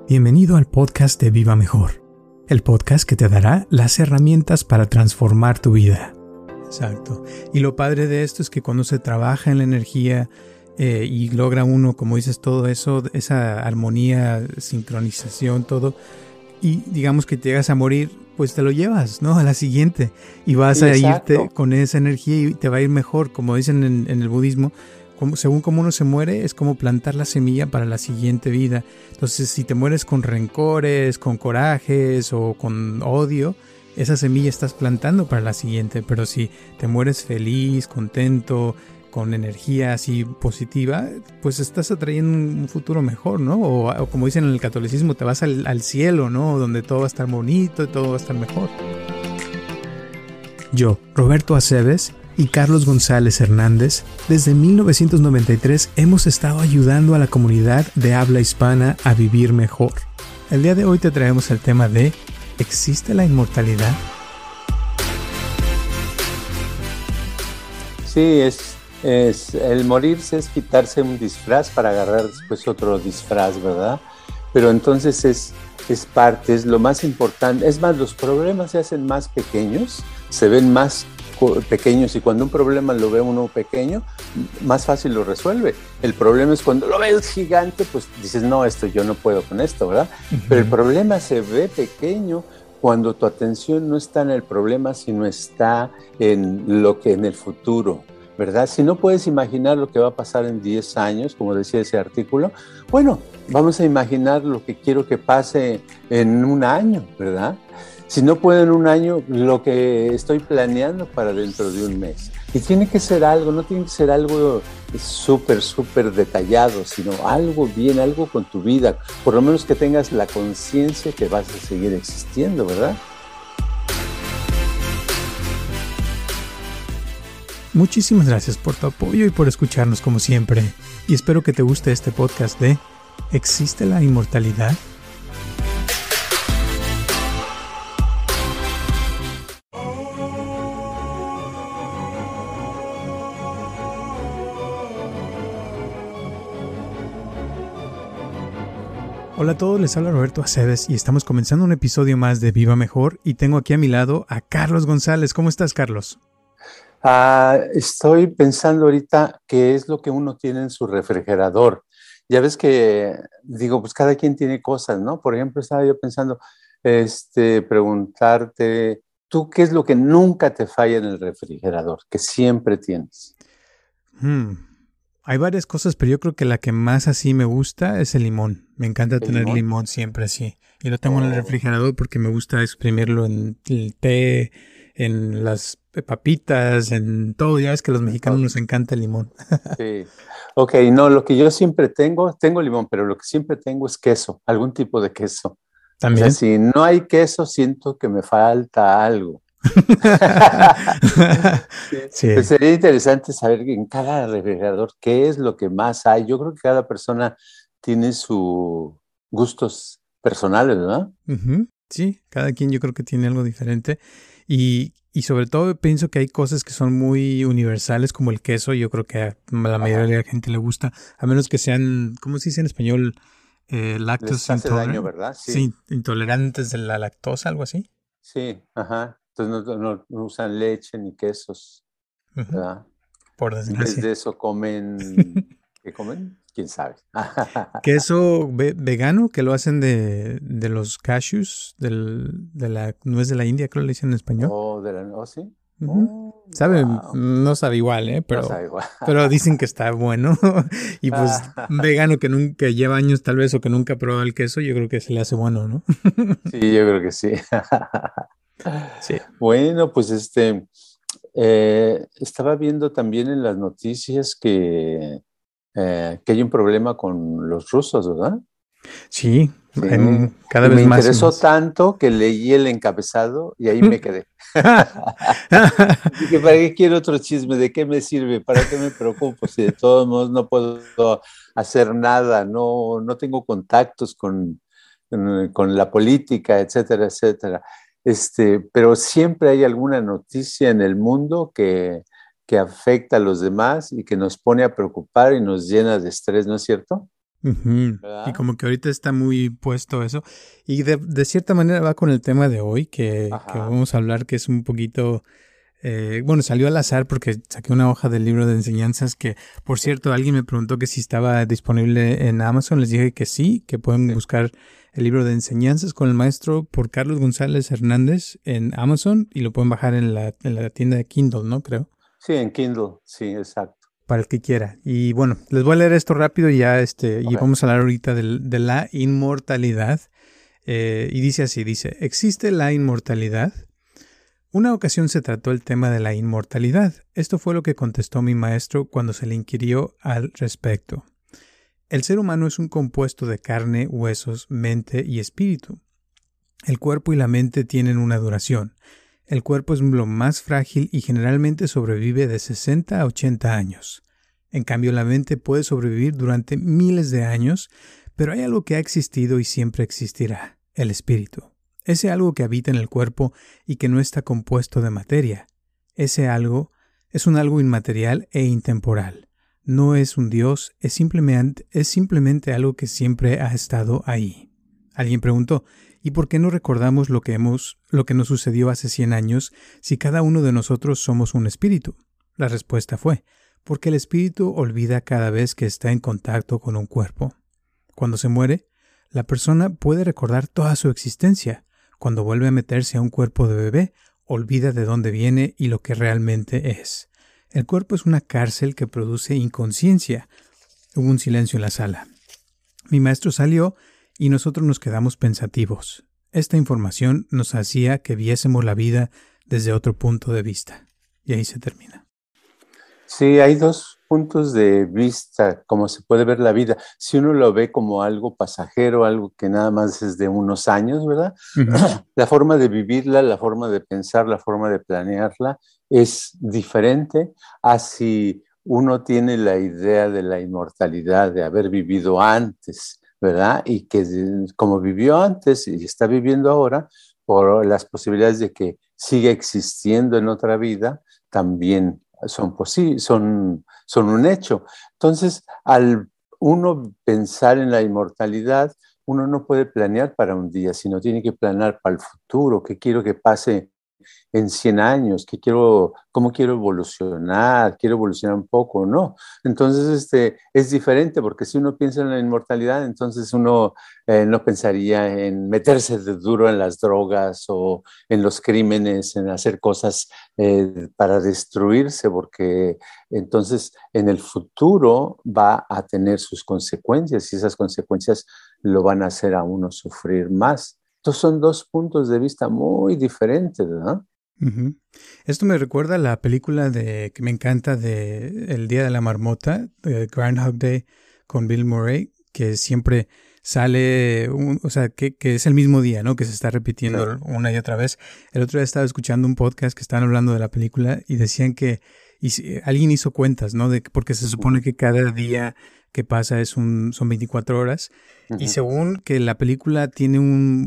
Bienvenido al podcast de Viva Mejor, el podcast que te dará las herramientas para transformar tu vida. Exacto. Y lo padre de esto es que cuando se trabaja en la energía y logra uno, como dices, todo eso, esa armonía, sincronización, todo, y digamos que te llegas a morir, pues te lo llevas, ¿no? A la siguiente. Y vas a irte con esa energía y te va a ir mejor. Como dicen en el budismo, según como uno se muere, es como plantar la semilla para la siguiente vida. Entonces, si te mueres con rencores, con corajes o con odio, esa semilla estás plantando para la siguiente. Pero si te mueres feliz, contento, con energía así positiva, pues estás atrayendo un futuro mejor, ¿no? O como dicen en el catolicismo, te vas al cielo, ¿no? Donde todo va a estar bonito y todo va a estar mejor. Yo, Roberto Aceves y Carlos González Hernández, desde 1993 hemos estado ayudando a la comunidad de habla hispana a vivir mejor. El día de hoy te traemos el tema de ¿existe la inmortalidad? Sí, es el morirse es quitarse un disfraz para agarrar después otro disfraz, ¿verdad? Pero entonces es parte, es lo más importante. Es más, los problemas se hacen más pequeños, se ven más pequeños, y cuando un problema lo ve uno pequeño, más fácil lo resuelve. El problema es cuando lo ves gigante, pues dices, no, esto yo no puedo con esto, ¿verdad? Uh-huh. Pero el problema se ve pequeño cuando tu atención no está en el problema, sino está en lo que en el futuro, ¿verdad? Si no puedes imaginar lo que va a pasar en 10 años, como decía ese artículo, bueno, vamos a imaginar lo que quiero que pase en un año, ¿verdad? Si no puedo en un año, lo que estoy planeando para dentro de un mes. Y tiene que ser algo, no tiene que ser algo súper detallado, sino algo bien, algo con tu vida. Por lo menos que tengas la conciencia que vas a seguir existiendo, ¿verdad? Muchísimas gracias por tu apoyo y por escucharnos como siempre. Y espero que te guste este podcast de ¿existe la inmortalidad? Hola a todos, les habla Roberto Aceves y estamos comenzando un episodio más de Viva Mejor y tengo aquí a mi lado a Carlos González. ¿Cómo estás, Carlos? Estoy pensando ahorita qué es lo que uno tiene en su refrigerador. Ya ves que, digo, pues cada quien tiene cosas, ¿no? Por ejemplo, estaba yo pensando, preguntarte, ¿tú qué es lo que nunca te falla en el refrigerador, que siempre tienes? Hay varias cosas, pero yo creo que la que más así me gusta es el limón. Me encanta tener limón siempre así. Y lo tengo en el refrigerador porque me gusta exprimirlo en el té, en las papitas, en todo. Ya ves que a los mexicanos nos encanta el limón. Sí. Ok, no, lo que yo siempre tengo limón, pero lo que siempre tengo es queso, algún tipo de queso. ¿También? O sea, si no hay queso, siento que me falta algo. Sí. Pues sería interesante saber en cada refrigerador qué es lo que más hay. Yo creo que cada persona tiene sus gustos personales, ¿verdad? Uh-huh. Sí, cada quien yo creo que tiene algo diferente y sobre todo pienso que hay cosas que son muy universales como el queso. Yo creo que a la mayoría de la gente le gusta, a menos que sean, ¿cómo se dice en español? Lactose intolerant. Daño, ¿verdad? Sí, intolerantes de la lactosa, algo así. Sí, ajá. Entonces no usan leche ni quesos, ¿verdad? Por desgracia. En vez de eso comen, ¿qué comen? ¿Quién sabe? Queso vegano que lo hacen de los cashews, de la nuez de la India, creo que le dicen en español. ¿Sí? Uh-huh. Sabe, wow. No sabe igual, pero, no sabe igual. Pero dicen que está bueno. Y pues vegano que lleva años tal vez o que nunca ha probado el queso, yo creo que se le hace bueno, ¿no? Sí, yo creo que sí. Sí. Bueno, pues estaba viendo también en las noticias que hay un problema con los rusos, ¿verdad? Sí, cada vez me más. Me interesó tanto que leí el encabezado y ahí me quedé. Dije, ¿para qué quiero otro chisme? ¿De qué me sirve? ¿Para qué me preocupo? Si de todos modos no puedo hacer nada, no tengo contactos con la política, etcétera, etcétera. Pero siempre hay alguna noticia en el mundo que afecta a los demás y que nos pone a preocupar y nos llena de estrés, ¿no es cierto? Ujú. Y ¿verdad? como que ahorita está muy puesto eso. Y de cierta manera va con el tema de hoy, que Ajá. vamos a hablar, que es un poquito. Bueno, salió al azar porque saqué una hoja del libro de enseñanzas que, por cierto, alguien me preguntó que si estaba disponible en Amazon. Les dije que sí, que pueden Sí. buscar el libro de enseñanzas con el maestro por Carlos González Hernández en Amazon y lo pueden bajar en la tienda de Kindle, ¿no? Creo, Sí, en Kindle, sí, exacto. para el que quiera. Y bueno, les voy a leer esto rápido y ya, y Ok. vamos a hablar ahorita de la inmortalidad. Y dice así, dice, ¿existe la inmortalidad? Una ocasión se trató el tema de la inmortalidad. Esto fue lo que contestó mi maestro cuando se le inquirió al respecto. El ser humano es un compuesto de carne, huesos, mente y espíritu. El cuerpo y la mente tienen una duración. El cuerpo es lo más frágil y generalmente sobrevive de 60 a 80 años. En cambio, la mente puede sobrevivir durante miles de años, pero hay algo que ha existido y siempre existirá, el espíritu. Ese algo que habita en el cuerpo y que no está compuesto de materia. Ese algo es un algo inmaterial e intemporal. No es un Dios, es simplemente algo que siempre ha estado ahí. Alguien preguntó, ¿y por qué no recordamos lo que nos sucedió hace 100 años si cada uno de nosotros somos un espíritu? La respuesta fue, porque el espíritu olvida cada vez que está en contacto con un cuerpo. Cuando se muere, la persona puede recordar toda su existencia. Cuando vuelve a meterse a un cuerpo de bebé, olvida de dónde viene y lo que realmente es. El cuerpo es una cárcel que produce inconsciencia. Hubo un silencio en la sala. Mi maestro salió y nosotros nos quedamos pensativos. Esta información nos hacía que viésemos la vida desde otro punto de vista. Y ahí se termina. Sí, hay dos puntos de vista, como se puede ver la vida. Si uno lo ve como algo pasajero, algo que nada más es de unos años, ¿verdad? Ujú. La forma de vivirla, la forma de pensar, la forma de planearla es diferente a si uno tiene la idea de la inmortalidad, de haber vivido antes, ¿verdad? Y que como vivió antes y está viviendo ahora, por las posibilidades de que siga existiendo en otra vida, también son un hecho. Entonces, al uno pensar en la inmortalidad, uno no puede planear para un día, sino tiene que planear para el futuro, qué quiero que pase en 100 años, cómo quiero evolucionar un poco, ¿no? Entonces, es diferente, porque si uno piensa en la inmortalidad, entonces uno no pensaría en meterse de duro en las drogas o en los crímenes, en hacer cosas para destruirse, porque entonces en el futuro va a tener sus consecuencias y esas consecuencias lo van a hacer a uno sufrir más. Estos son dos puntos de vista muy diferentes, ¿verdad? Ujú. Esto me recuerda a la película que me encanta de El Día de la Marmota, de Groundhog Day, con Bill Murray, que siempre sale, o sea, que es el mismo día, ¿no? Que se está Sí. repitiendo una y otra vez. El otro día estaba escuchando un podcast que estaban hablando de la película y decían que alguien hizo cuentas, ¿no? Porque se supone Ujú, que cada día que pasa son 24 horas. Y ujú. según que la película tiene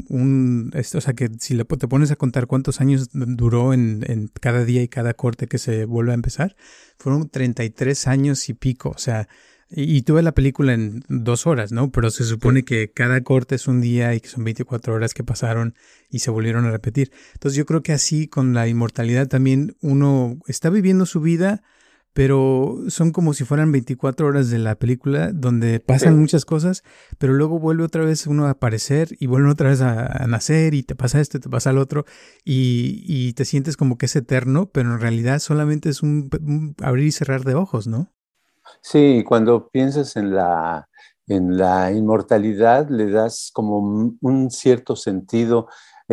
o sea, que si te pones a contar cuántos años duró en cada día y cada corte que se vuelve a empezar, fueron 33 años y pico. O sea, y tuve la película en 2 horas, ¿no? Pero se Sí. supone que cada corte es un día y que son 24 horas que pasaron y se volvieron a repetir. Entonces yo creo que así con la inmortalidad también uno está viviendo su vida, pero son como si fueran 24 horas de la película donde pasan Sí. muchas cosas, pero luego vuelve otra vez uno a aparecer y vuelve otra vez a nacer y te pasa esto y te pasa el otro y te sientes como que es eterno, pero en realidad solamente es un abrir y cerrar de ojos, ¿no? Sí, cuando piensas en la inmortalidad, le das como un cierto sentido.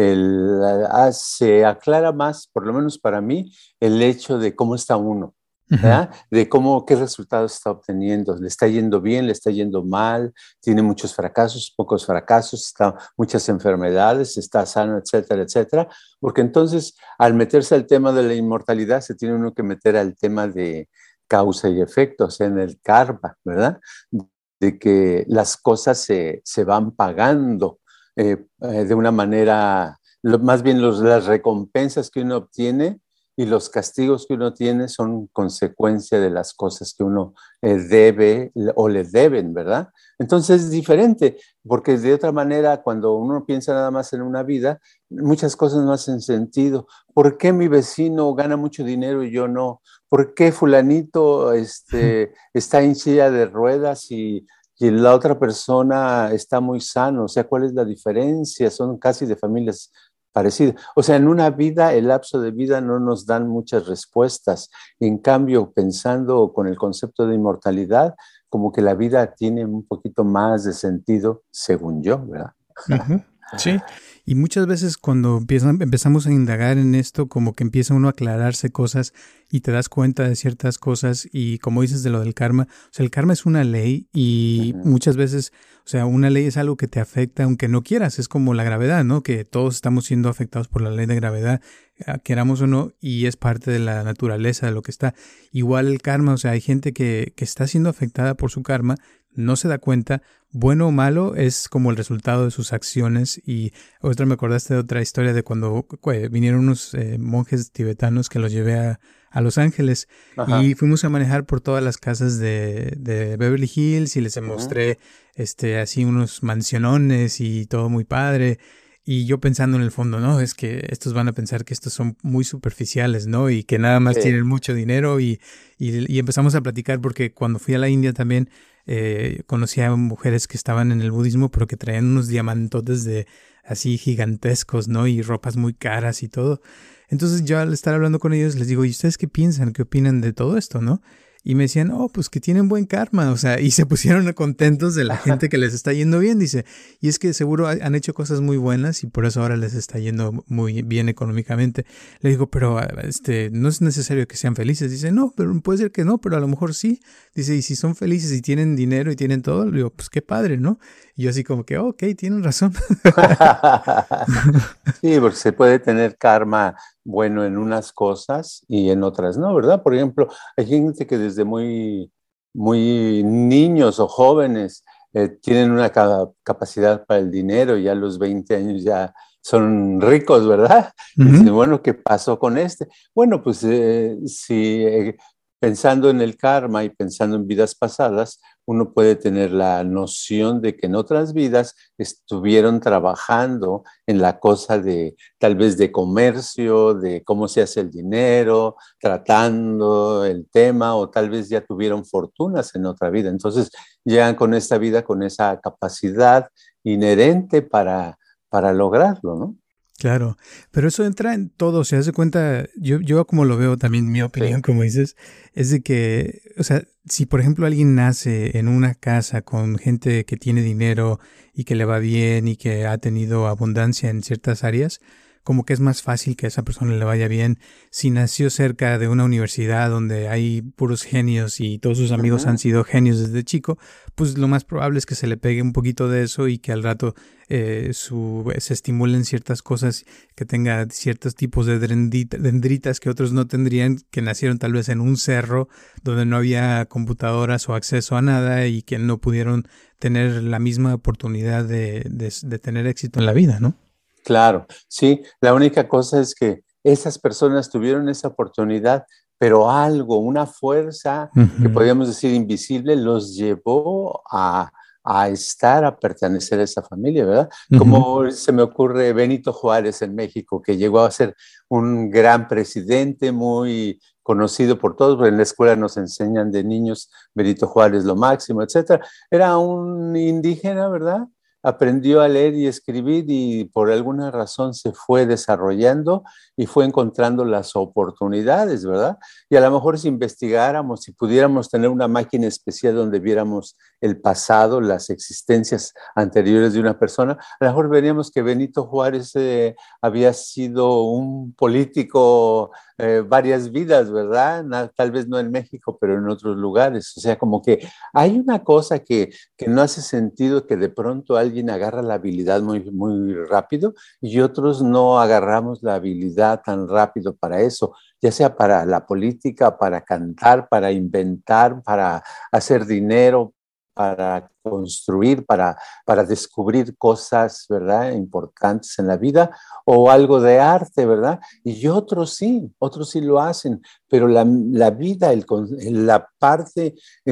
Se aclara más, por lo menos para mí, el hecho de cómo está uno, Ujú. ¿verdad? Qué resultados está obteniendo. ¿Le está yendo bien? ¿Le está yendo mal? ¿Tiene muchos fracasos, pocos fracasos? Muchas enfermedades? ¿Está sano, etcétera, etcétera? Porque entonces, al meterse al tema de la inmortalidad, se tiene uno que meter al tema de causa y efecto, o sea, en el karma, ¿verdad? De que las cosas se van pagando de una manera, más bien las recompensas que uno obtiene y los castigos que uno tiene son consecuencia de las cosas que uno debe o le deben, ¿verdad? Entonces es diferente, porque de otra manera, cuando uno piensa nada más en una vida, muchas cosas no hacen sentido. ¿Por qué mi vecino gana mucho dinero y yo no? ¿Por qué fulanito está en silla de ruedas y la otra persona está muy sano? O sea, ¿cuál es la diferencia? Son casi de familias parecidas. O sea, en una vida, el lapso de vida no nos dan muchas respuestas. En cambio, pensando con el concepto de inmortalidad, como que la vida tiene un poquito más de sentido, según yo, ¿verdad? Ujú. Sí, y muchas veces cuando empezamos a indagar en esto, como que empieza uno a aclararse cosas y te das cuenta de ciertas cosas y como dices de lo del karma, o sea, el karma es una ley y Ujú. muchas veces, o sea, una ley es algo que te afecta aunque no quieras, es como la gravedad, ¿no? Que todos estamos siendo afectados por la ley de gravedad, queramos o no, y es parte de la naturaleza de lo que está. Igual el karma, o sea, hay gente que está siendo afectada por su karma, no se da cuenta, bueno o malo, es como el resultado de sus acciones. Y otra, me acordaste de otra historia de cuando vinieron unos monjes tibetanos que los llevé a Los Ángeles y Ajá. fuimos a manejar por todas las casas de Beverly Hills y les Ujú. mostré así unos mansionones y todo muy padre. Y yo pensando en el fondo, no, es que estos van a pensar que estos son muy superficiales, ¿no? Y que nada más Sí. tienen mucho dinero y empezamos a platicar porque cuando fui a la India también conocí a mujeres que estaban en el budismo pero que traían unos diamantotes de así gigantescos, ¿no? Y ropas muy caras y todo. Entonces yo al estar hablando con ellos les digo, ¿y ustedes qué piensan? ¿Qué opinan de todo esto, no? Y me decían, oh, pues que tienen buen karma, o sea, y se pusieron contentos de la gente que les está yendo bien, dice, y es que seguro han hecho cosas muy buenas y por eso ahora les está yendo muy bien económicamente. Le digo, pero no es necesario que sean felices. Dice, no, pero puede ser que no, pero a lo mejor sí. Dice, y si son felices y tienen dinero y tienen todo, le digo, pues qué padre, ¿no? Y yo así como que, oh, ok, tienen razón. Sí, porque se puede tener karma bueno en unas cosas y en otras no, ¿verdad? Por ejemplo, hay gente que desde muy niños o jóvenes tienen una capacidad para el dinero y ya a los 20 años ya son ricos, ¿verdad? Y Ujú. dicen, bueno, ¿qué pasó con este? Bueno, pues si pensando en el karma y pensando en vidas pasadas, uno puede tener la noción de que en otras vidas estuvieron trabajando en la cosa de tal vez de comercio, de cómo se hace el dinero, tratando el tema, o tal vez ya tuvieron fortunas en otra vida. Entonces llegan con esta vida con esa capacidad inherente para lograrlo, ¿no? Claro, pero eso entra en todo, se hace cuenta, yo como lo veo también, mi Sí. opinión, como dices, es de que, o sea, si por ejemplo alguien nace en una casa con gente que tiene dinero y que le va bien y que ha tenido abundancia en ciertas áreas, como que es más fácil que a esa persona le vaya bien. Si nació cerca de una universidad donde hay puros genios y todos sus amigos han Ujú. sido genios desde chico, pues lo más probable es que se le pegue un poquito de eso y que al rato se estimulen ciertas cosas, que tenga ciertos tipos de dendritas que otros no tendrían, que nacieron tal vez en un cerro donde no había computadoras o acceso a nada y que no pudieron tener la misma oportunidad de tener éxito en la vida, ¿no? Claro, sí, la única cosa es que esas personas tuvieron esa oportunidad, pero algo, una fuerza que Ujú, podríamos decir invisible, los llevó a pertenecer a esa familia, ¿verdad? ujú, Como se me ocurre Benito Juárez en México, que llegó a ser un gran presidente, muy conocido por todos, porque en la escuela nos enseñan de niños Benito Juárez lo máximo, etcétera. Era un indígena, ¿verdad? Aprendió a leer y escribir y por alguna razón se fue desarrollando y fue encontrando las oportunidades, ¿verdad? Y a lo mejor si investigáramos, si pudiéramos tener una máquina especial donde viéramos el pasado, las existencias anteriores de una persona, a lo mejor veríamos que Benito Juárez había sido un político varias vidas, ¿verdad? Tal vez no en México, pero en otros lugares. O sea, como que hay una cosa que no hace sentido que de pronto alguien agarra la habilidad muy rápido y otros no agarramos la habilidad tan rápido para eso, ya sea para la política, para cantar, para inventar, para hacer dinero, para construir, para descubrir cosas, ¿verdad?, importantes en la vida, o algo de arte, ¿verdad? Y otros sí lo hacen, pero la vida, la parte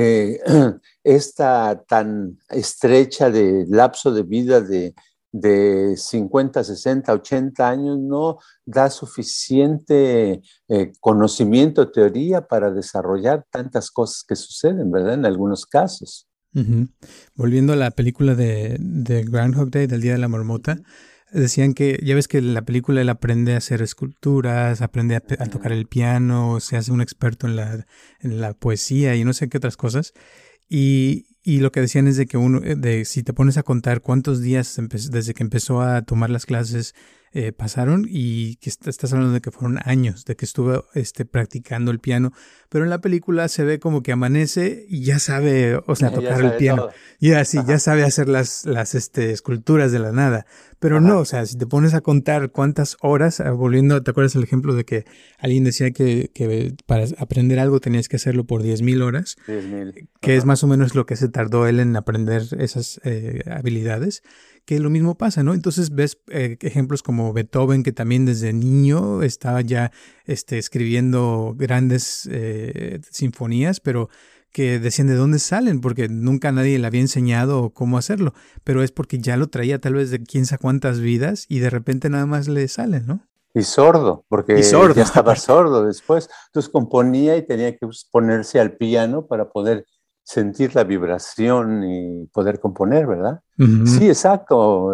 esta tan estrecha de lapso de vida de 50, 60, 80 años no da suficiente conocimiento, teoría para desarrollar tantas cosas que suceden, ¿verdad? En algunos casos. Uh-huh. Volviendo a la película de Groundhog Day, del Día de la Marmota, decían que, ya ves que en la película él aprende a hacer esculturas, aprende a tocar el piano, se hace un experto en la poesía y no sé qué otras cosas. Y lo que decían es de que si te pones a contar cuántos días desde que empezó a tomar las clases pasaron, y que estás hablando de que fueron años, de que estuvo practicando el piano, pero en la película se ve como que amanece y ya sabe, o sea, tocar el piano. Todo. Y así, ya sabe hacer las esculturas de la nada. Pero no, o sea, si te pones a contar cuántas horas, volviendo, ¿te acuerdas el ejemplo de que alguien decía que para aprender algo tenías que hacerlo por 10,000 horas? 10,000. Que es más o menos lo que se tardó él en aprender esas habilidades, que lo mismo pasa, ¿no? Entonces ves ejemplos como Beethoven, que también desde niño estaba ya escribiendo grandes sinfonías, pero que decían de dónde salen, porque nunca nadie le había enseñado cómo hacerlo, pero es porque ya lo traía tal vez de quién sabe cuántas vidas y de repente nada más le salen, ¿no? Y sordo, porque ya estaba sordo después. Entonces componía y tenía que ponerse al piano para poder sentir la vibración y poder componer, ¿verdad? Uh-huh. Sí, exacto.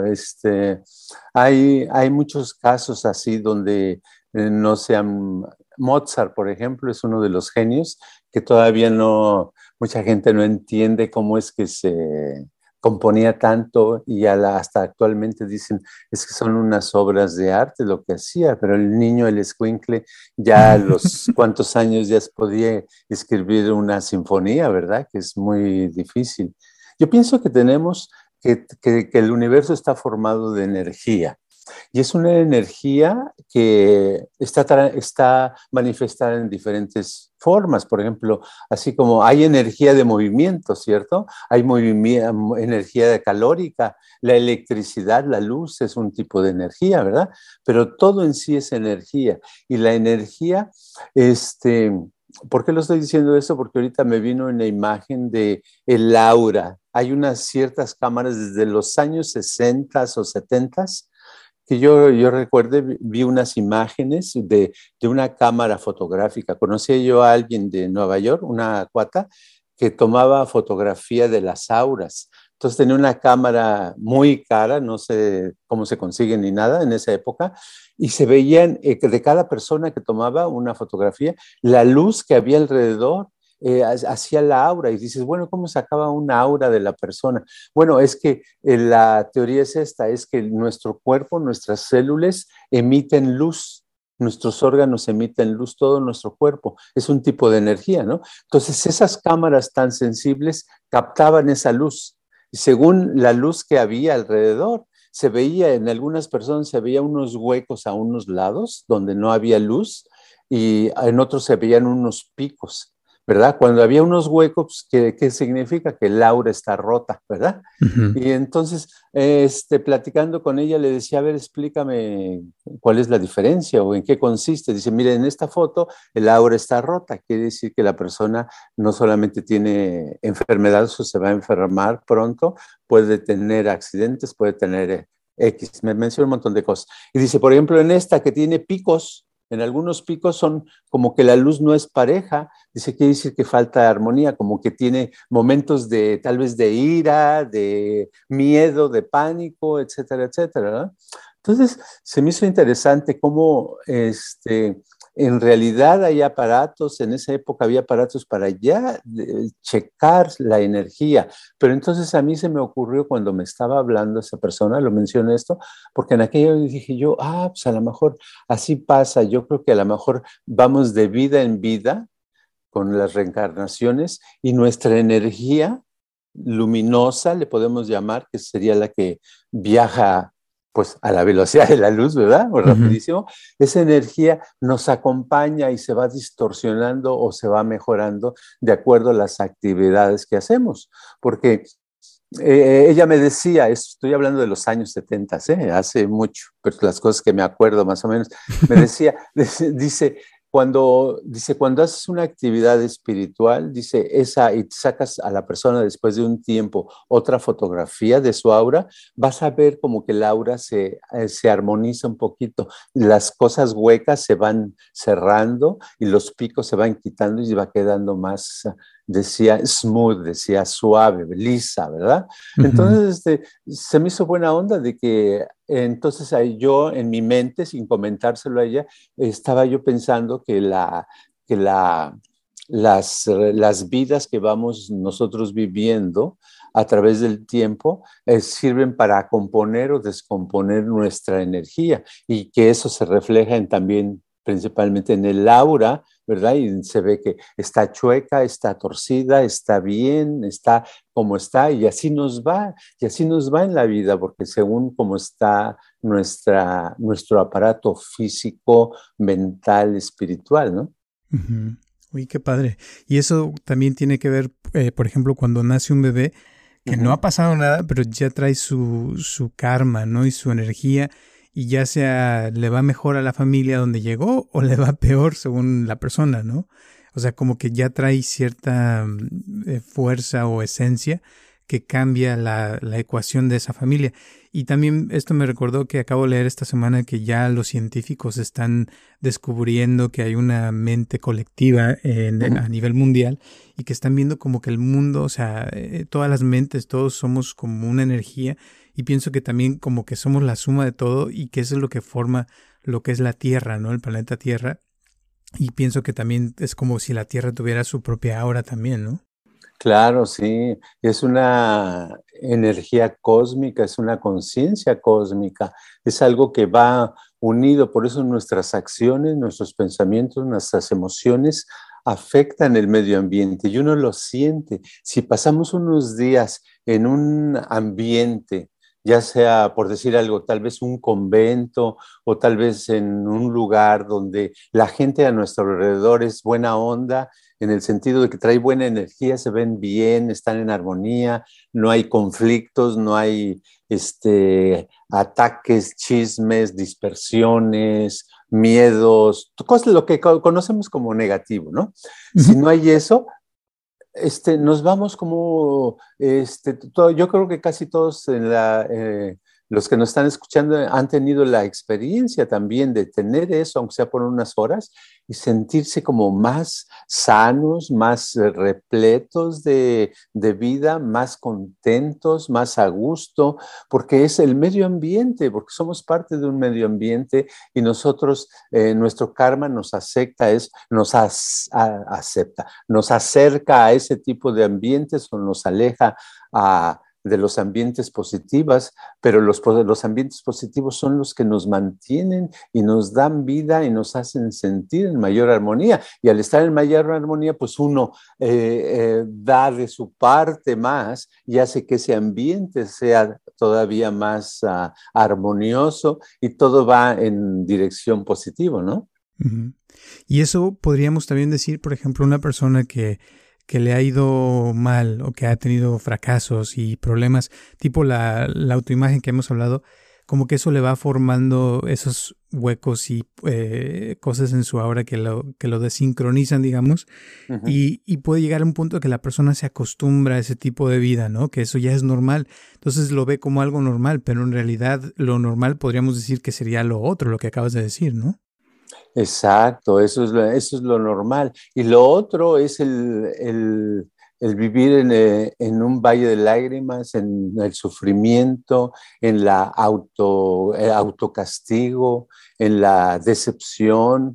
Hay muchos casos así donde no sean... Mozart, por ejemplo, es uno de los genios que todavía mucha gente no entiende cómo es que se componía tanto, y hasta actualmente dicen es que son unas obras de arte lo que hacía, pero el niño, el escuincle, ya a los cuantos años ya podía escribir una sinfonía, ¿verdad? Que es muy difícil. Yo pienso que tenemos que el universo está formado de energía. Y es una energía que está manifestada en diferentes formas. Por ejemplo, así como hay energía de movimiento, ¿cierto? Hay energía calórica, la electricidad, la luz es un tipo de energía, ¿verdad? Pero todo en sí es energía. Y la energía, ¿por qué lo estoy diciendo eso? Porque ahorita me vino una imagen de el aura. Hay unas ciertas cámaras desde los años 60 o 70 que yo recuerdo, vi unas imágenes de una cámara fotográfica. Conocí yo a alguien de Nueva York, una cuata, que tomaba fotografía de las auras. Entonces tenía una cámara muy cara, no sé cómo se consigue ni nada en esa época, y se veían de cada persona que tomaba una fotografía, la luz que había alrededor. Hacía la aura, y dices, bueno, ¿cómo sacaba una aura de la persona? Bueno, es que la teoría es esta, es que nuestro cuerpo, nuestras células emiten luz, nuestros órganos emiten luz, todo nuestro cuerpo, es un tipo de energía, ¿no? Entonces esas cámaras tan sensibles captaban esa luz, y según la luz que había alrededor, se veía, en algunas personas se veía unos huecos a unos lados donde no había luz, y en otros se veían unos picos, ¿verdad? Cuando había unos huecos, ¿qué significa? Que el aura está rota, ¿verdad? Uh-huh. Y entonces, platicando con ella, le decía, a ver, explícame cuál es la diferencia o en qué consiste. Dice, mire, en esta foto el aura está rota, quiere decir que la persona no solamente tiene enfermedades o se va a enfermar pronto, puede tener accidentes, puede tener X, me menciona un montón de cosas. Y dice, por ejemplo, en esta que tiene picos, en algunos picos son como que la luz no es pareja, dice, quiere decir que falta armonía, como que tiene momentos de tal vez de ira, de miedo, de pánico, etcétera, etcétera, ¿no? Entonces, se me hizo interesante cómo en realidad hay aparatos, en esa época había aparatos para ya checar la energía, pero entonces a mí se me ocurrió cuando me estaba hablando esa persona, lo mencioné esto, porque en aquello dije yo, pues a lo mejor así pasa, yo creo que a lo mejor vamos de vida en vida con las reencarnaciones y nuestra energía luminosa, le podemos llamar, que sería la que viaja pues a la velocidad de la luz, ¿verdad? O Uh-huh. rapidísimo, esa energía nos acompaña y se va distorsionando o se va mejorando de acuerdo a las actividades que hacemos. Porque ella me decía, estoy hablando de los años 70, hace mucho, pero las cosas que me acuerdo más o menos, me decía, cuando haces una actividad espiritual, dice, y sacas a la persona después de un tiempo otra fotografía de su aura, vas a ver como que el aura se armoniza un poquito, las cosas huecas se van cerrando y los picos se van quitando y va quedando más, decía smooth, decía suave, lisa, ¿verdad? Uh-huh. Entonces, se me hizo buena onda de que entonces yo en mi mente, sin comentárselo a ella, estaba yo pensando que las vidas que vamos nosotros viviendo a través del tiempo sirven para componer o descomponer nuestra energía y que eso se refleja también principalmente en el aura, ¿verdad? Y se ve que está chueca, está torcida, está bien, está como está, y así nos va en la vida, porque según cómo está nuestro aparato físico, mental, espiritual, ¿no? Uh-huh. Uy, qué padre. Y eso también tiene que ver, por ejemplo, cuando nace un bebé, que no ha pasado nada, pero ya trae su karma, ¿no? Y su energía, y ya sea le va mejor a la familia donde llegó o le va peor según la persona, ¿no? O sea, como que ya trae cierta fuerza o esencia que cambia la ecuación de esa familia. Y también esto me recordó que acabo de leer esta semana que ya los científicos están descubriendo que hay una mente colectiva a nivel mundial y que están viendo como que el mundo, o sea, todas las mentes, todos somos como una energía, y pienso que también como que somos la suma de todo y que eso es lo que forma lo que es la Tierra, ¿no? El planeta Tierra. Y pienso que también es como si la Tierra tuviera su propia aura también, ¿no? Claro, sí, es una energía cósmica, es una conciencia cósmica, es algo que va unido, por eso nuestras acciones, nuestros pensamientos, nuestras emociones afectan el medio ambiente y uno lo siente. Si pasamos unos días en un ambiente, ya sea, por decir algo, tal vez un convento o tal vez en un lugar donde la gente a nuestro alrededor es buena onda, en el sentido de que trae buena energía, se ven bien, están en armonía, no hay conflictos, no hay ataques, chismes, dispersiones, miedos, cosas lo que conocemos como negativo, ¿no? Uh-huh. Si no hay eso, nos vamos como, yo creo que casi todos los que nos están escuchando han tenido la experiencia también de tener eso, aunque sea por unas horas, y sentirse como más sanos, más repletos de vida, más contentos, más a gusto, porque es el medio ambiente, porque somos parte de un medio ambiente y nosotros, nuestro karma nos acepta, nos acerca a ese tipo de ambientes o nos aleja de los ambientes positivos, pero los ambientes positivos son los que nos mantienen y nos dan vida y nos hacen sentir en mayor armonía. Y al estar en mayor armonía, pues uno da de su parte más y hace que ese ambiente sea todavía más armonioso y todo va en dirección positiva, ¿no? Uh-huh. Y eso podríamos también decir, por ejemplo, una persona que le ha ido mal o que ha tenido fracasos y problemas, tipo la autoimagen que hemos hablado, como que eso le va formando esos huecos y cosas en su aura que lo desincronizan, digamos, uh-huh. y puede llegar a un punto que la persona se acostumbra a ese tipo de vida, ¿no? Que eso ya es normal. Entonces lo ve como algo normal, pero en realidad lo normal podríamos decir que sería lo otro, lo que acabas de decir, ¿no? Exacto, eso es lo normal. Y lo otro es el vivir en un valle de lágrimas, en el sufrimiento, en la autocastigo, en la decepción,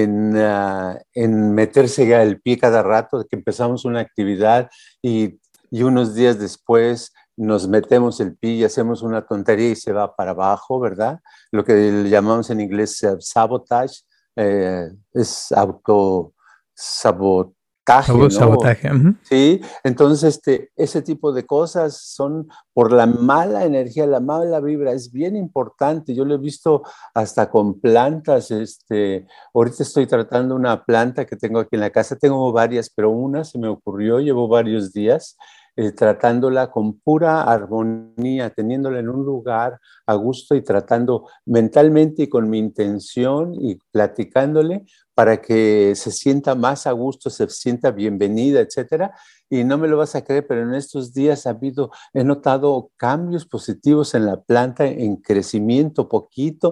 en meterse el pie cada rato, de que empezamos una actividad y unos días después nos metemos el pie y hacemos una tontería y se va para abajo, ¿verdad? Lo que le llamamos en inglés sabotage. Es autosabotaje, sabotaje, ¿no? Sabotaje. Sí, entonces ese tipo de cosas son por la mala energía, la mala vibra, es bien importante. Yo lo he visto hasta con plantas. Ahorita estoy tratando una planta que tengo aquí en la casa, tengo varias, pero una se me ocurrió, llevo varios días tratándola con pura armonía, teniéndola en un lugar a gusto y tratando mentalmente y con mi intención y platicándole para que se sienta más a gusto, se sienta bienvenida, etcétera. Y no me lo vas a creer, pero en estos días he notado cambios positivos en la planta, en crecimiento poquito,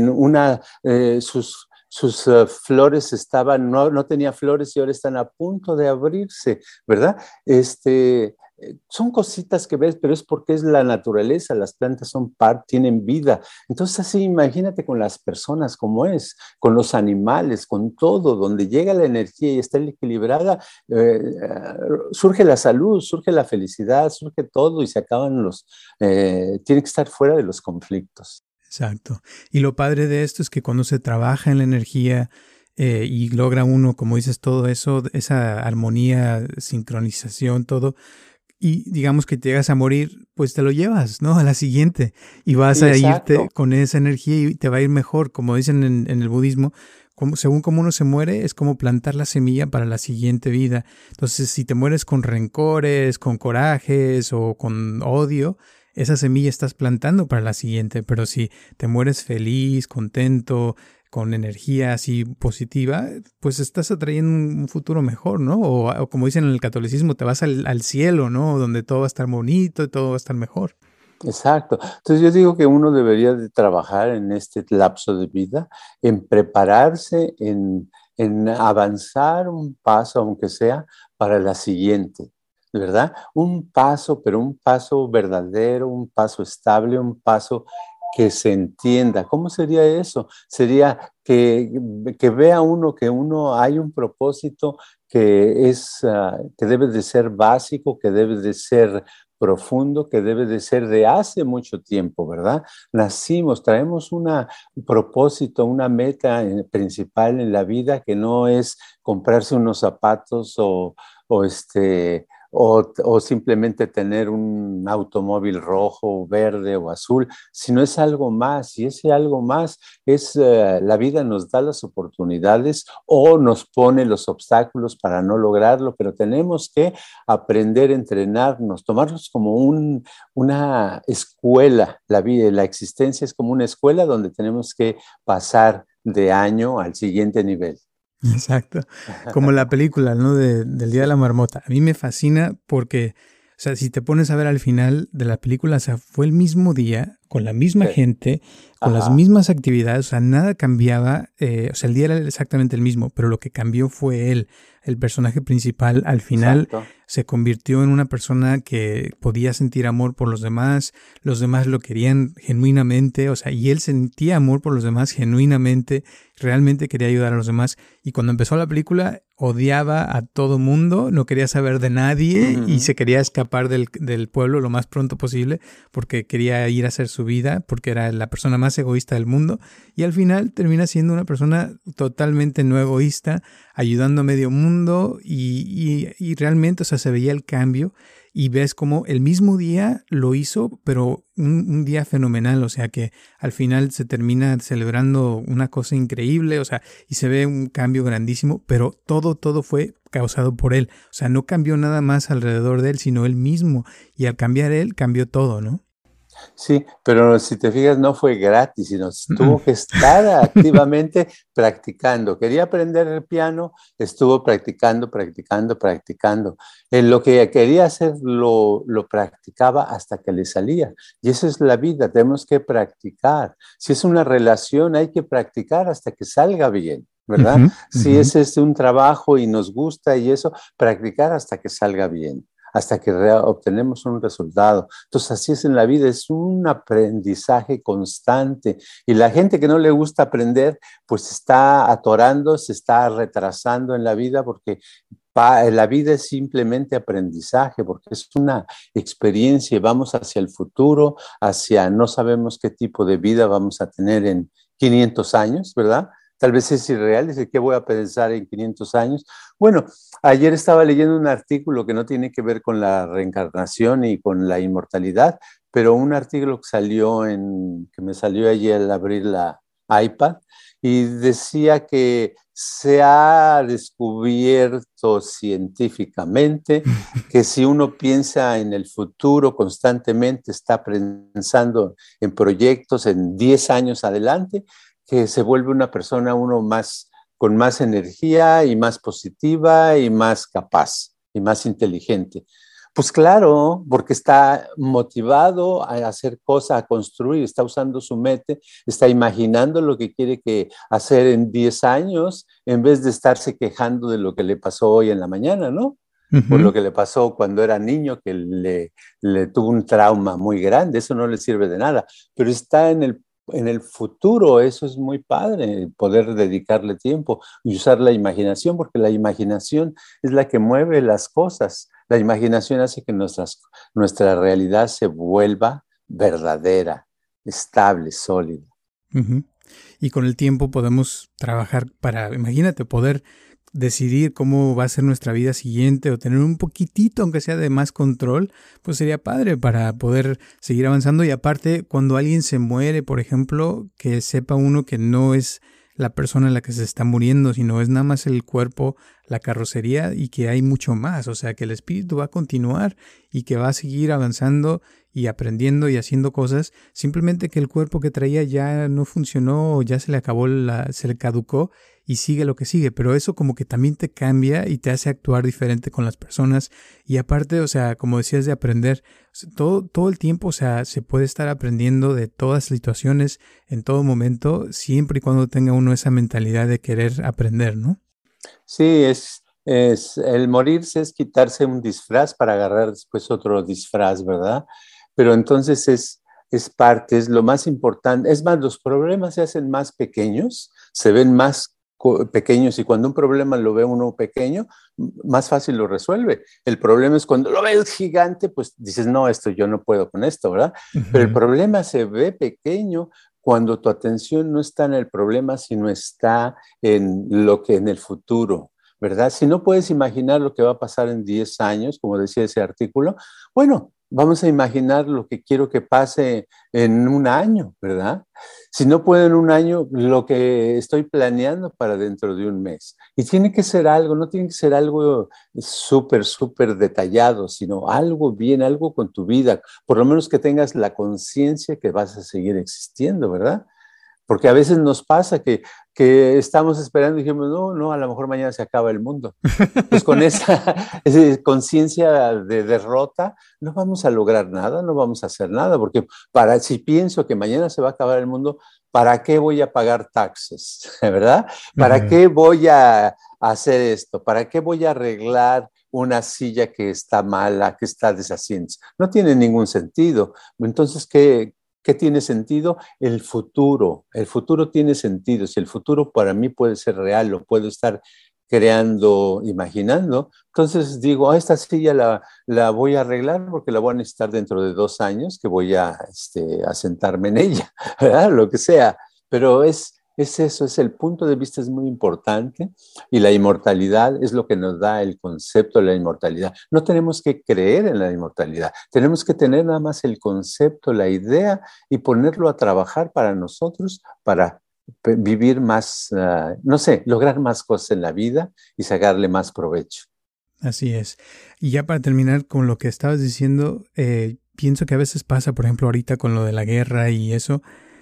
sus flores no tenía flores y ahora están a punto de abrirse, ¿verdad? Son cositas que ves, pero es porque es la naturaleza, las plantas tienen vida. Entonces así imagínate con las personas como es, con los animales, con todo, donde llega la energía y está equilibrada, surge la salud, surge la felicidad, surge todo y se acaban tiene que estar fuera de los conflictos. Exacto. Y lo padre de esto es que cuando se trabaja en la energía y logra uno, como dices, todo eso, esa armonía, sincronización, todo, y digamos que te llegas a morir, pues te lo llevas, ¿no? A la siguiente y vas Sí, a exacto. irte con esa energía y te va a ir mejor, como dicen en el budismo. Según como uno se muere, es como plantar la semilla para la siguiente vida. Entonces, si te mueres con rencores, con corajes o con odio, esa semilla estás plantando para la siguiente. Pero si te mueres feliz, contento, con energía así positiva, pues estás atrayendo un futuro mejor, ¿no? O como dicen en el catolicismo, te vas al cielo, ¿no? Donde todo va a estar bonito y todo va a estar mejor. Exacto. Entonces yo digo que uno debería de trabajar en este lapso de vida, en prepararse, en avanzar un paso, aunque sea, para la siguiente, ¿verdad? Un paso, pero un paso verdadero, un paso estable, un paso que se entienda. ¿Cómo sería eso? Sería que vea uno que hay un propósito que debe de ser básico, que debe de ser profundo, que debe de ser de hace mucho tiempo, ¿verdad? Nacimos, traemos un propósito, una meta principal en la vida que no es comprarse unos zapatos o simplemente tener un automóvil rojo, verde o azul, sino es algo más. Y ese algo más la vida nos da las oportunidades o nos pone los obstáculos para no lograrlo, pero tenemos que aprender a entrenarnos, tomarlos como una escuela. La existencia es como una escuela donde tenemos que pasar de año al siguiente nivel. Exacto. Como la película, ¿no? Del Día de la Marmota. A mí me fascina porque, o sea, si te pones a ver al final de la película, o sea, fue el mismo día, con la misma Sí. gente, con las mismas actividades, o sea, nada cambiaba, o sea, el día era exactamente el mismo, pero lo que cambió fue él. El personaje principal al final Exacto. se convirtió en una persona que podía sentir amor por los demás lo querían genuinamente, o sea, y él sentía amor por los demás genuinamente, realmente quería ayudar a los demás, y cuando empezó la película odiaba a todo mundo, no quería saber de nadie y se quería escapar del pueblo lo más pronto posible porque quería ir a hacer su vida, porque era la persona más egoísta del mundo, y al final termina siendo una persona totalmente no egoísta, ayudando a medio mundo y realmente, o sea, se veía el cambio y ves como el mismo día lo hizo, pero un día fenomenal, o sea que al final se termina celebrando una cosa increíble, o sea, y se ve un cambio grandísimo, pero todo fue causado por él, o sea, no cambió nada más alrededor de él, sino él mismo, y al cambiar él, cambió todo, ¿no? Sí, pero si te fijas, no fue gratis, sino tuvo que estar activamente practicando. Quería aprender el piano, estuvo practicando, practicando, practicando. En lo que quería hacer lo practicaba hasta que le salía. Y eso es la vida, tenemos que practicar. Si es una relación, hay que practicar hasta que salga bien, ¿verdad? Si es un trabajo y nos gusta y eso, practicar hasta que salga bien, hasta que obtenemos un resultado. Entonces, así es en la vida, es un aprendizaje constante. Y la gente que no le gusta aprender, pues está atorando, se está retrasando en la vida porque la vida es simplemente aprendizaje, porque es una experiencia y vamos hacia el futuro, no sabemos qué tipo de vida vamos a tener en 500 años, ¿verdad? tal vez es irreal, dice, ¿qué voy a pensar en 500 años? Bueno, ayer estaba leyendo un artículo que no tiene que ver con la reencarnación y con la inmortalidad, pero un artículo que me salió ayer al abrir la iPad y decía que se ha descubierto científicamente que si uno piensa en el futuro constantemente, está pensando en proyectos en 10 años adelante, que se vuelve una persona uno más con más energía y más positiva y más capaz y más inteligente. Pues claro, porque está motivado a hacer cosas, a construir, está usando su mente, está imaginando lo que quiere hacer en 10 años, en vez de estarse quejando de lo que le pasó hoy en la mañana, ¿no? Por lo que le pasó cuando era niño, que le tuvo un trauma muy grande, eso no le sirve de nada, pero está en el futuro, eso es muy padre, poder dedicarle tiempo y usar la imaginación, porque la imaginación es la que mueve las cosas. La imaginación hace que nuestra realidad se vuelva verdadera, estable, sólida. Uh-huh. Y con el tiempo podemos trabajar para, imagínate, poder decidir cómo va a ser nuestra vida siguiente o tener un poquitito, aunque sea de más control, pues sería padre para poder seguir avanzando. Y aparte, cuando alguien se muere, por ejemplo, que sepa uno que no es la persona en la que se está muriendo, sino es nada más el cuerpo, la carrocería, y que hay mucho más, o sea, que el espíritu va a continuar y que va a seguir avanzando y aprendiendo y haciendo cosas, simplemente que el cuerpo que traía ya no funcionó o ya se le acabó, se le caducó y sigue lo que sigue, pero eso como que también te cambia y te hace actuar diferente con las personas. Y aparte, o sea, como decías, de aprender, todo el tiempo, o sea, se puede estar aprendiendo de todas situaciones en todo momento, siempre y cuando tenga uno esa mentalidad de querer aprender, ¿no? Sí, el morirse es quitarse un disfraz para agarrar después otro disfraz, ¿verdad? Pero entonces es parte, es lo más importante. Es más, los problemas se hacen más pequeños, se ven más pequeños, y cuando un problema lo ve uno pequeño, más fácil lo resuelve. El problema es cuando lo ves gigante, pues dices, no, yo no puedo con esto, ¿verdad? Uh-huh. Pero el problema se ve pequeño cuando tu atención no está en el problema, sino está en en el futuro, ¿verdad? Si no puedes imaginar lo que va a pasar en 10 años, como decía ese artículo, bueno, vamos a imaginar lo que quiero que pase en un año, ¿verdad? Si no puedo en un año, lo que estoy planeando para dentro de un mes. Y tiene que ser algo, no tiene que ser algo súper, súper detallado, sino algo bien, algo con tu vida. Por lo menos que tengas la conciencia que vas a seguir existiendo, ¿verdad? Porque a veces nos pasa que estamos esperando y dijimos, no, a lo mejor mañana se acaba el mundo. Pues con esa conciencia de derrota no vamos a lograr nada, no vamos a hacer nada, porque si pienso que mañana se va a acabar el mundo, ¿para qué voy a pagar taxes? ¿Verdad? ¿Para qué voy a hacer esto? ¿Para qué voy a arreglar una silla que está mala, que está deshaciendo? No tiene ningún sentido. Entonces, ¿qué tiene sentido? El futuro tiene sentido. Si el futuro para mí puede ser real, lo puedo estar creando, imaginando, entonces digo, esta silla la voy a arreglar porque la voy a necesitar dentro de 2 años, que voy a sentarme en ella, ¿verdad? Lo que sea, pero es eso, el punto de vista es muy importante, y la inmortalidad es lo que nos da el concepto de la inmortalidad. No tenemos que creer en la inmortalidad, tenemos que tener nada más el concepto, la idea, y ponerlo a trabajar para nosotros, para vivir más, lograr más cosas en la vida y sacarle más provecho. Así es. Y ya para terminar con lo que estabas diciendo, pienso que a veces pasa, por ejemplo, ahorita con lo de la guerra y eso,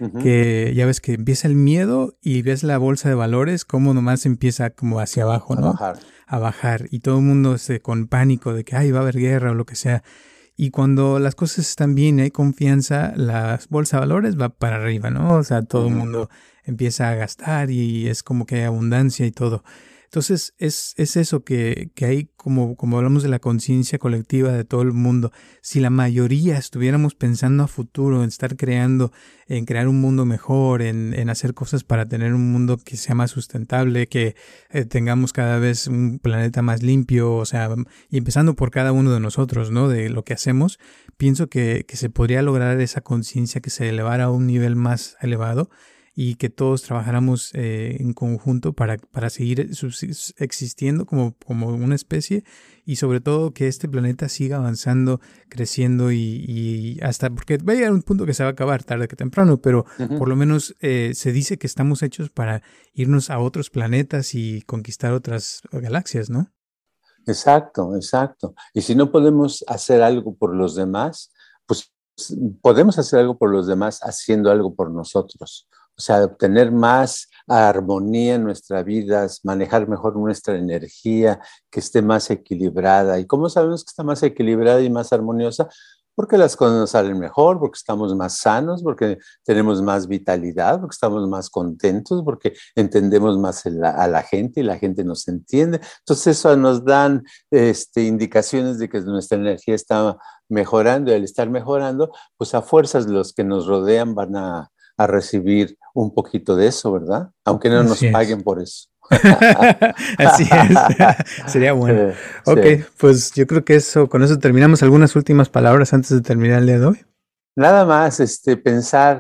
que ya ves que empieza el miedo y ves la bolsa de valores, como nomás empieza como hacia abajo, ¿no? A bajar. Y todo el mundo con pánico de que va a haber guerra o lo que sea. Y cuando las cosas están bien y hay confianza, la bolsa de valores va para arriba, ¿no? O sea, todo el mundo empieza a gastar y es como que hay abundancia y todo. Entonces, es eso que hay, como hablamos de la conciencia colectiva de todo el mundo. Si la mayoría estuviéramos pensando a futuro, en estar creando, en crear un mundo mejor, en hacer cosas para tener un mundo que sea más sustentable, que tengamos cada vez un planeta más limpio, o sea, y empezando por cada uno de nosotros, ¿no? De lo que hacemos, pienso que se podría lograr esa conciencia, que se elevara a un nivel más elevado. y que todos trabajáramos en conjunto para seguir existiendo como una especie, y sobre todo que este planeta siga avanzando, creciendo y hasta, porque va a llegar un punto que se va a acabar tarde que temprano, pero por lo menos se dice que estamos hechos para irnos a otros planetas y conquistar otras galaxias, ¿no? Exacto. Y si no podemos hacer algo por los demás, pues podemos hacer algo por los demás haciendo algo por nosotros. O sea, obtener más armonía en nuestra vida, manejar mejor nuestra energía, que esté más equilibrada. ¿Y cómo sabemos que está más equilibrada y más armoniosa? Porque las cosas nos salen mejor, porque estamos más sanos, porque tenemos más vitalidad, porque estamos más contentos, porque entendemos más a la gente y la gente nos entiende. Entonces eso nos dan indicaciones de que nuestra energía está mejorando, y al estar mejorando, pues a fuerzas los que nos rodean van a recibir un poquito de eso, ¿verdad? Aunque no nos paguen por eso. Así es. Sería bueno. Sí, ok, pues yo creo que con eso terminamos. ¿Algunas últimas palabras antes de terminar el día de hoy? Nada más pensar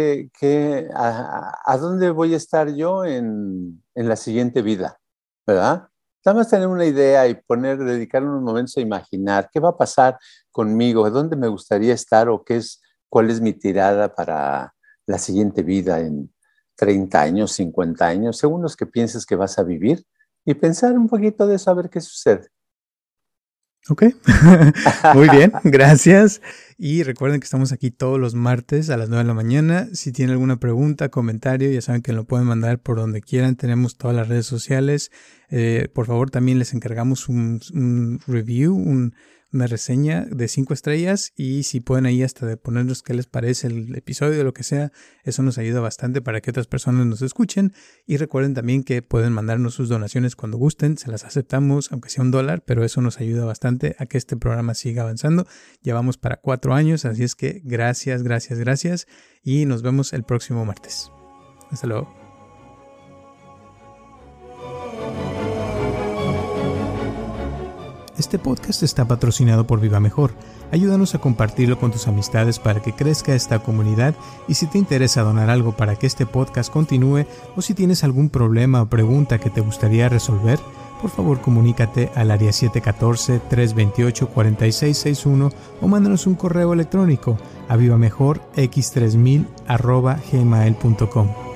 a dónde voy a estar yo en la siguiente vida, ¿verdad? Nada más tener una idea y dedicar unos momentos a imaginar qué va a pasar conmigo, dónde me gustaría estar o cuál es mi tirada para la siguiente vida en 30 años, 50 años, según los que pienses que vas a vivir, y pensar un poquito de eso, a ver qué sucede. Ok, muy bien, gracias. Y recuerden que estamos aquí todos los martes a las 9 de la mañana. Si tienen alguna pregunta, comentario, ya saben que lo pueden mandar por donde quieran. Tenemos todas las redes sociales. Por favor, también les encargamos un review, una reseña de 5 estrellas, y si pueden ahí hasta de ponernos qué les parece el episodio o lo que sea, eso nos ayuda bastante para que otras personas nos escuchen. Y recuerden también que pueden mandarnos sus donaciones cuando gusten, se las aceptamos, aunque sea $1, pero eso nos ayuda bastante a que este programa siga avanzando. Ya vamos para 4 años, así es que gracias, y nos vemos el próximo martes. Hasta luego. Este podcast está patrocinado por Viva Mejor. Ayúdanos a compartirlo con tus amistades para que crezca esta comunidad, y si te interesa donar algo para que este podcast continúe, o si tienes algún problema o pregunta que te gustaría resolver, por favor comunícate al área 714-328-4661 o mándanos un correo electrónico a vivamejorx3000@gmail.com.